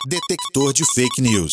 Detector de Fake News.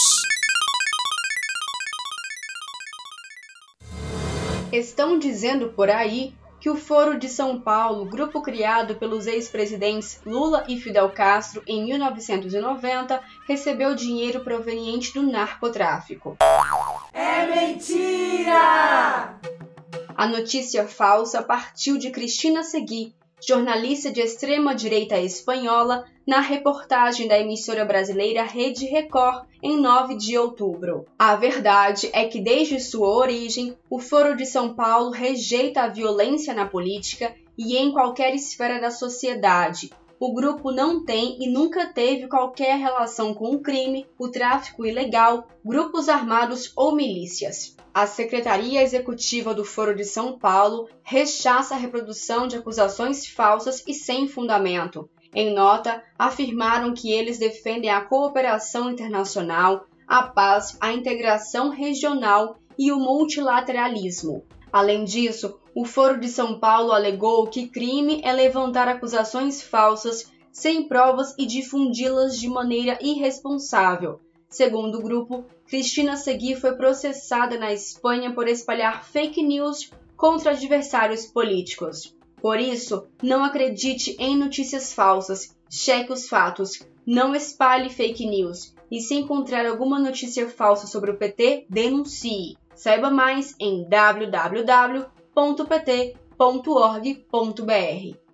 Estão dizendo por aí que o Foro de São Paulo, grupo criado pelos ex-presidentes Lula e Fidel Castro em 1990, recebeu dinheiro proveniente do narcotráfico. É mentira! A notícia falsa partiu de Cristina Seguí, jornalista de extrema-direita espanhola, na reportagem da emissora brasileira Rede Record, em 9 de outubro. A verdade é que, desde sua origem, o Foro de São Paulo rejeita a violência na política e em qualquer esfera da sociedade. O grupo não tem e nunca teve qualquer relação com o crime, o tráfico ilegal, grupos armados ou milícias. A Secretaria Executiva do Foro de São Paulo rechaça a reprodução de acusações falsas e sem fundamento. Em nota, afirmaram que eles defendem a cooperação internacional, a paz, a integração regional e o multilateralismo. Além disso, o Foro de São Paulo alegou que crime é levantar acusações falsas sem provas e difundi-las de maneira irresponsável. Segundo o grupo, Cristina Seguí foi processada na Espanha por espalhar fake news contra adversários políticos. Por isso, não acredite em notícias falsas, cheque os fatos, não espalhe fake news e se encontrar alguma notícia falsa sobre o PT, denuncie. Saiba mais em www.pt.org.br.